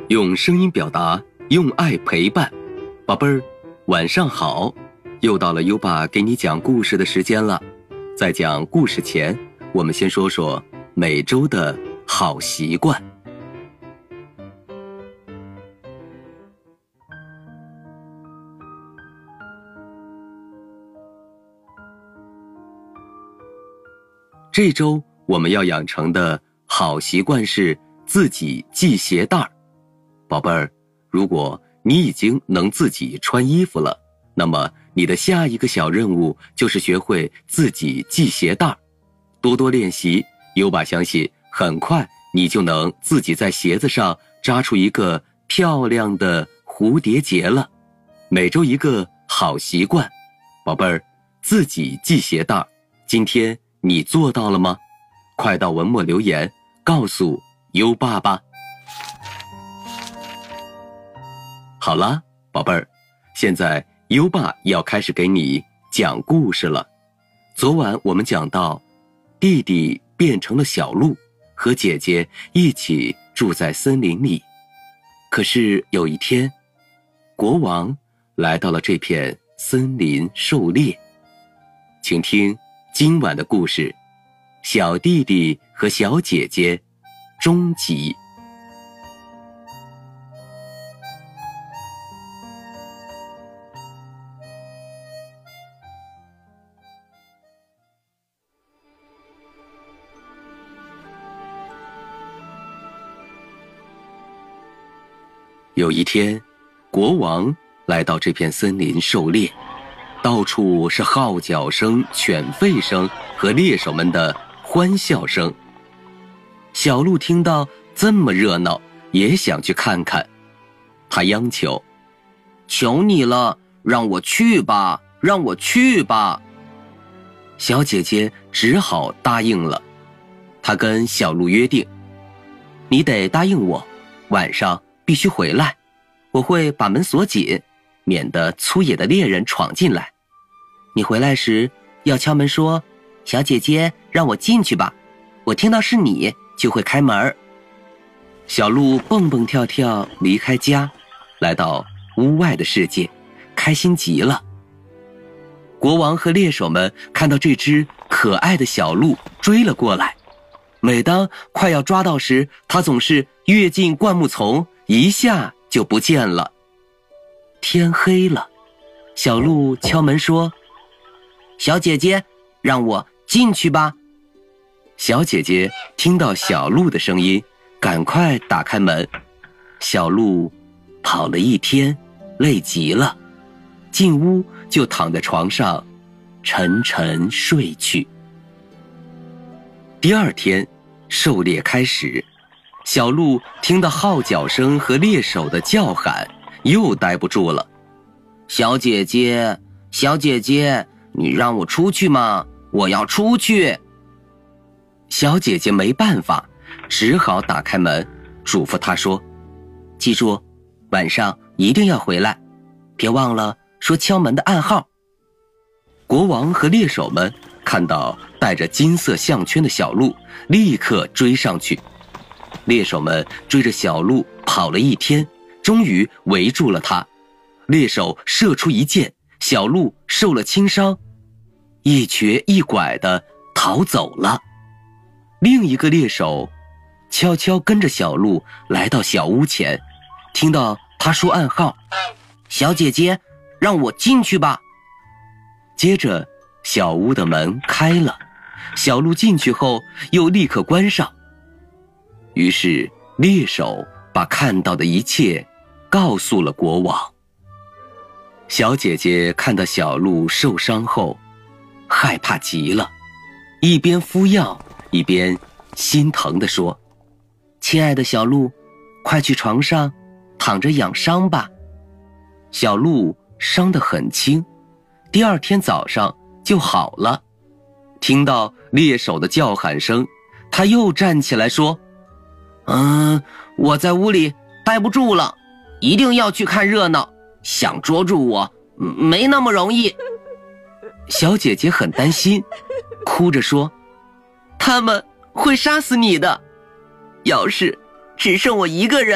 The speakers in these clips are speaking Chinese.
用声音表达，用爱陪伴。宝贝儿，晚上好！又到了优爸给你讲故事的时间了。在讲故事前，我们先说说每周的好习惯。这周我们要养成的好习惯是自己系鞋带儿。宝贝儿，如果你已经能自己穿衣服了，那么你的下一个小任务就是学会自己系鞋带儿。多多练习，优爸相信很快你就能自己在鞋子上扎出一个漂亮的蝴蝶结了。每周一个好习惯，宝贝儿，自己系鞋带儿。今天你做到了吗？快到文末留言告诉优爸吧。好啦，宝贝儿，现在优爸要开始给你讲故事了。昨晚我们讲到，弟弟变成了小鹿，和姐姐一起住在森林里。可是有一天，国王来到了这片森林狩猎。请听今晚的故事，小弟弟和小姐姐终极。有一天，国王来到这片森林狩猎，到处是号角声、犬吠声和猎手们的欢笑声。小鹿听到这么热闹，也想去看看。他央求：“ 求你了，让我去吧，让我去吧。” 小姐姐只好答应了。她跟小鹿约定：“你得答应我，晚上必须回来，我会把门锁紧，免得粗野的猎人闯进来。你回来时要敲门说，小姐姐让我进去吧，我听到是你就会开门。”小鹿蹦蹦跳跳离开家，来到屋外的世界，开心极了。国王和猎手们看到这只可爱的小鹿追了过来，每当快要抓到时，它总是跃进灌木丛，一下就不见了。天黑了，小鹿敲门说：“ 小姐姐，让我进去吧。” 小姐姐听到小鹿的声音，赶快打开门。小鹿跑了一天，累极了，进屋就躺在床上沉沉睡去。第二天，狩猎开始，小鹿听到号角声和猎手的叫喊，又待不住了。 小姐姐，小姐姐，你让我出去吗？我要出去。 小姐姐没办法，只好打开门，嘱咐她说：“记住，晚上一定要回来，别忘了说敲门的暗号。”国王和猎手们看到带着金色项圈的小鹿，立刻追上去。猎手们追着小鹿跑了一天，终于围住了它。猎手射出一箭，小鹿受了轻伤，一瘸一拐地逃走了。另一个猎手悄悄跟着小鹿来到小屋前，听到他说暗号：“ 小姐姐，让我进去吧。” 接着小屋的门开了，小鹿进去后又立刻关上。于是猎手把看到的一切告诉了国王。小姐姐看到小鹿受伤后，害怕极了，一边敷药一边心疼地说：“亲爱的小鹿，快去床上躺着养伤吧。”小鹿伤得很轻，第二天早上就好了。听到猎手的叫喊声，他又站起来说：“我在屋里待不住了，一定要去看热闹，想捉住我没那么容易。”小姐姐很担心，哭着说：“他们会杀死你的，要是只剩我一个人，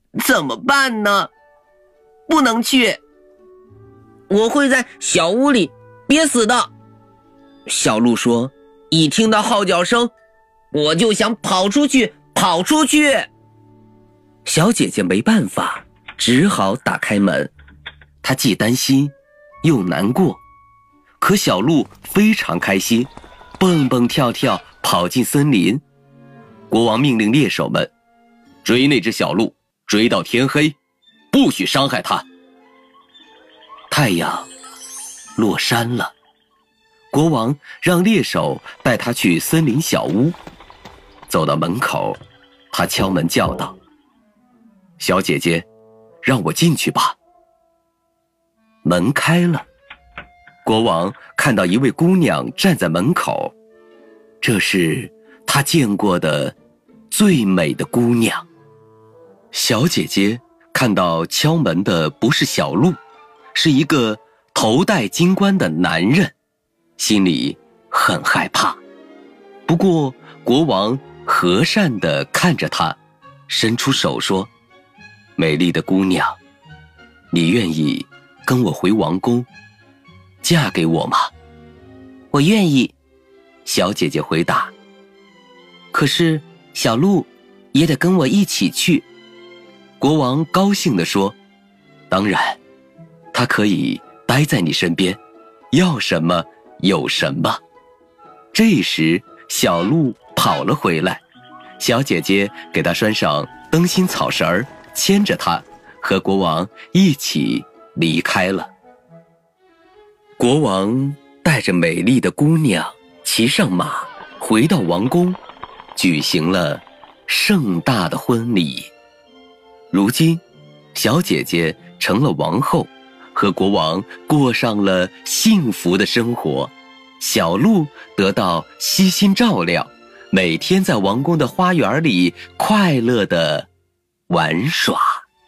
怎么办呢？不能去，我会在小屋里憋死的。小鹿说，一听到号角声，我就想跑出去，跑出去。 小姐姐没办法，只好打开门。她既担心又难过，可小鹿非常开心，蹦蹦跳跳跑进森林。国王命令猎手们追那只小鹿，追到天黑，不许伤害它。太阳落山了，国王让猎手带他去森林小屋。走到门口，他敲门叫道：小姐姐，让我进去吧。门开了，国王看到一位姑娘站在门口，这是他见过的最美的姑娘。小姐姐看到敲门的不是小鹿，是一个头戴金冠的男人，心里很害怕。不过国王和善地看着她，伸出手说：美丽的姑娘，你愿意跟我回王宫，嫁给我吗？ 我愿意， 小姐姐回答。 可是小鹿也得跟我一起去。 国王高兴地说：当然，他可以待在你身边，要什么有什么。这时小鹿跑了回来，小姐姐给他拴上灯芯草绳，牵着他和国王一起离开了。国王带着美丽的姑娘骑上马，回到王宫，举行了盛大的婚礼。如今小姐姐成了王后，和国王过上了幸福的生活。小鹿得到悉心照料，每天在王宫的花园里快乐地玩耍。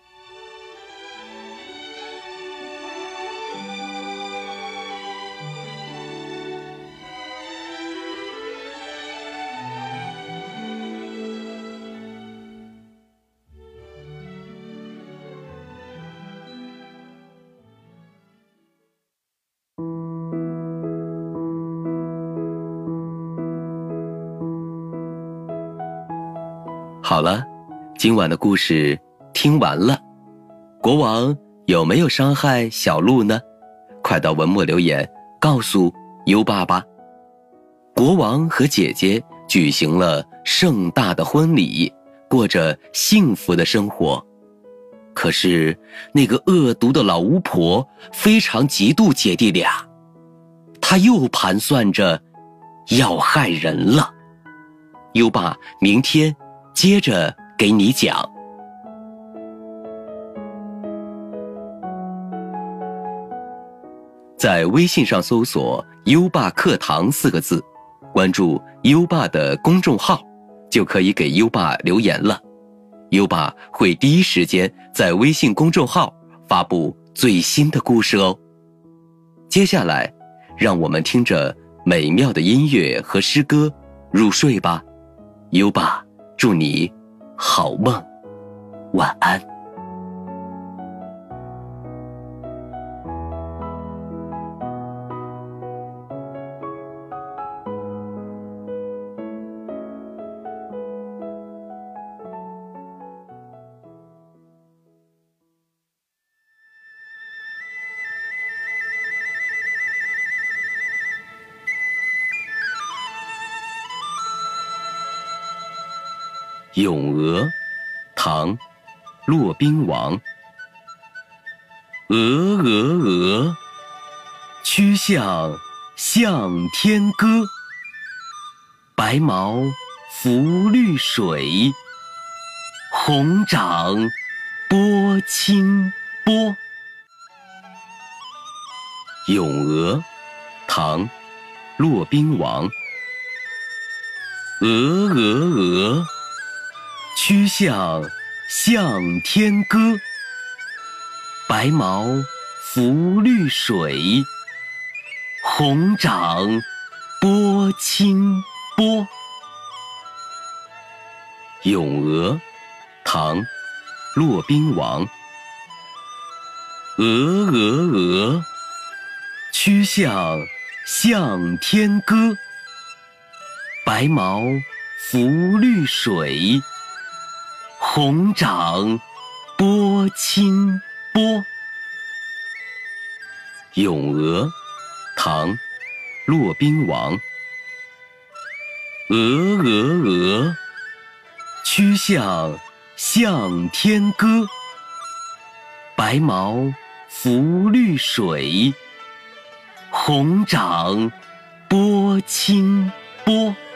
好了，今晚的故事听完了。国王有没有伤害小鹿呢？快到文末留言告诉优爸吧。国王和姐姐举行了盛大的婚礼，过着幸福的生活。可是那个恶毒的老巫婆非常嫉妒姐弟俩，她又盘算着要害人了。优爸明天接着给你讲。在微信上搜索优爸课堂4个字，关注优爸的公众号，就可以给优爸留言了。优爸会第一时间在微信公众号发布最新的故事哦。接下来让我们听着美妙的音乐和诗歌入睡吧。优爸祝你好梦，晚安。咏鹅，唐·骆宾王。鹅鹅鹅，曲项向天歌。白毛浮绿水，红掌拨清波。咏鹅，唐·骆宾王。鹅鹅鹅，曲项向天歌。白毛浮绿水，红掌拨清波。咏鹅，唐· 骆宾王。鹅鹅鹅，曲项向天歌。白毛浮绿水，红掌拨清波。咏鹅，唐·骆宾王。鹅鹅鹅，曲项向天歌。白毛浮绿水，红掌拨清波。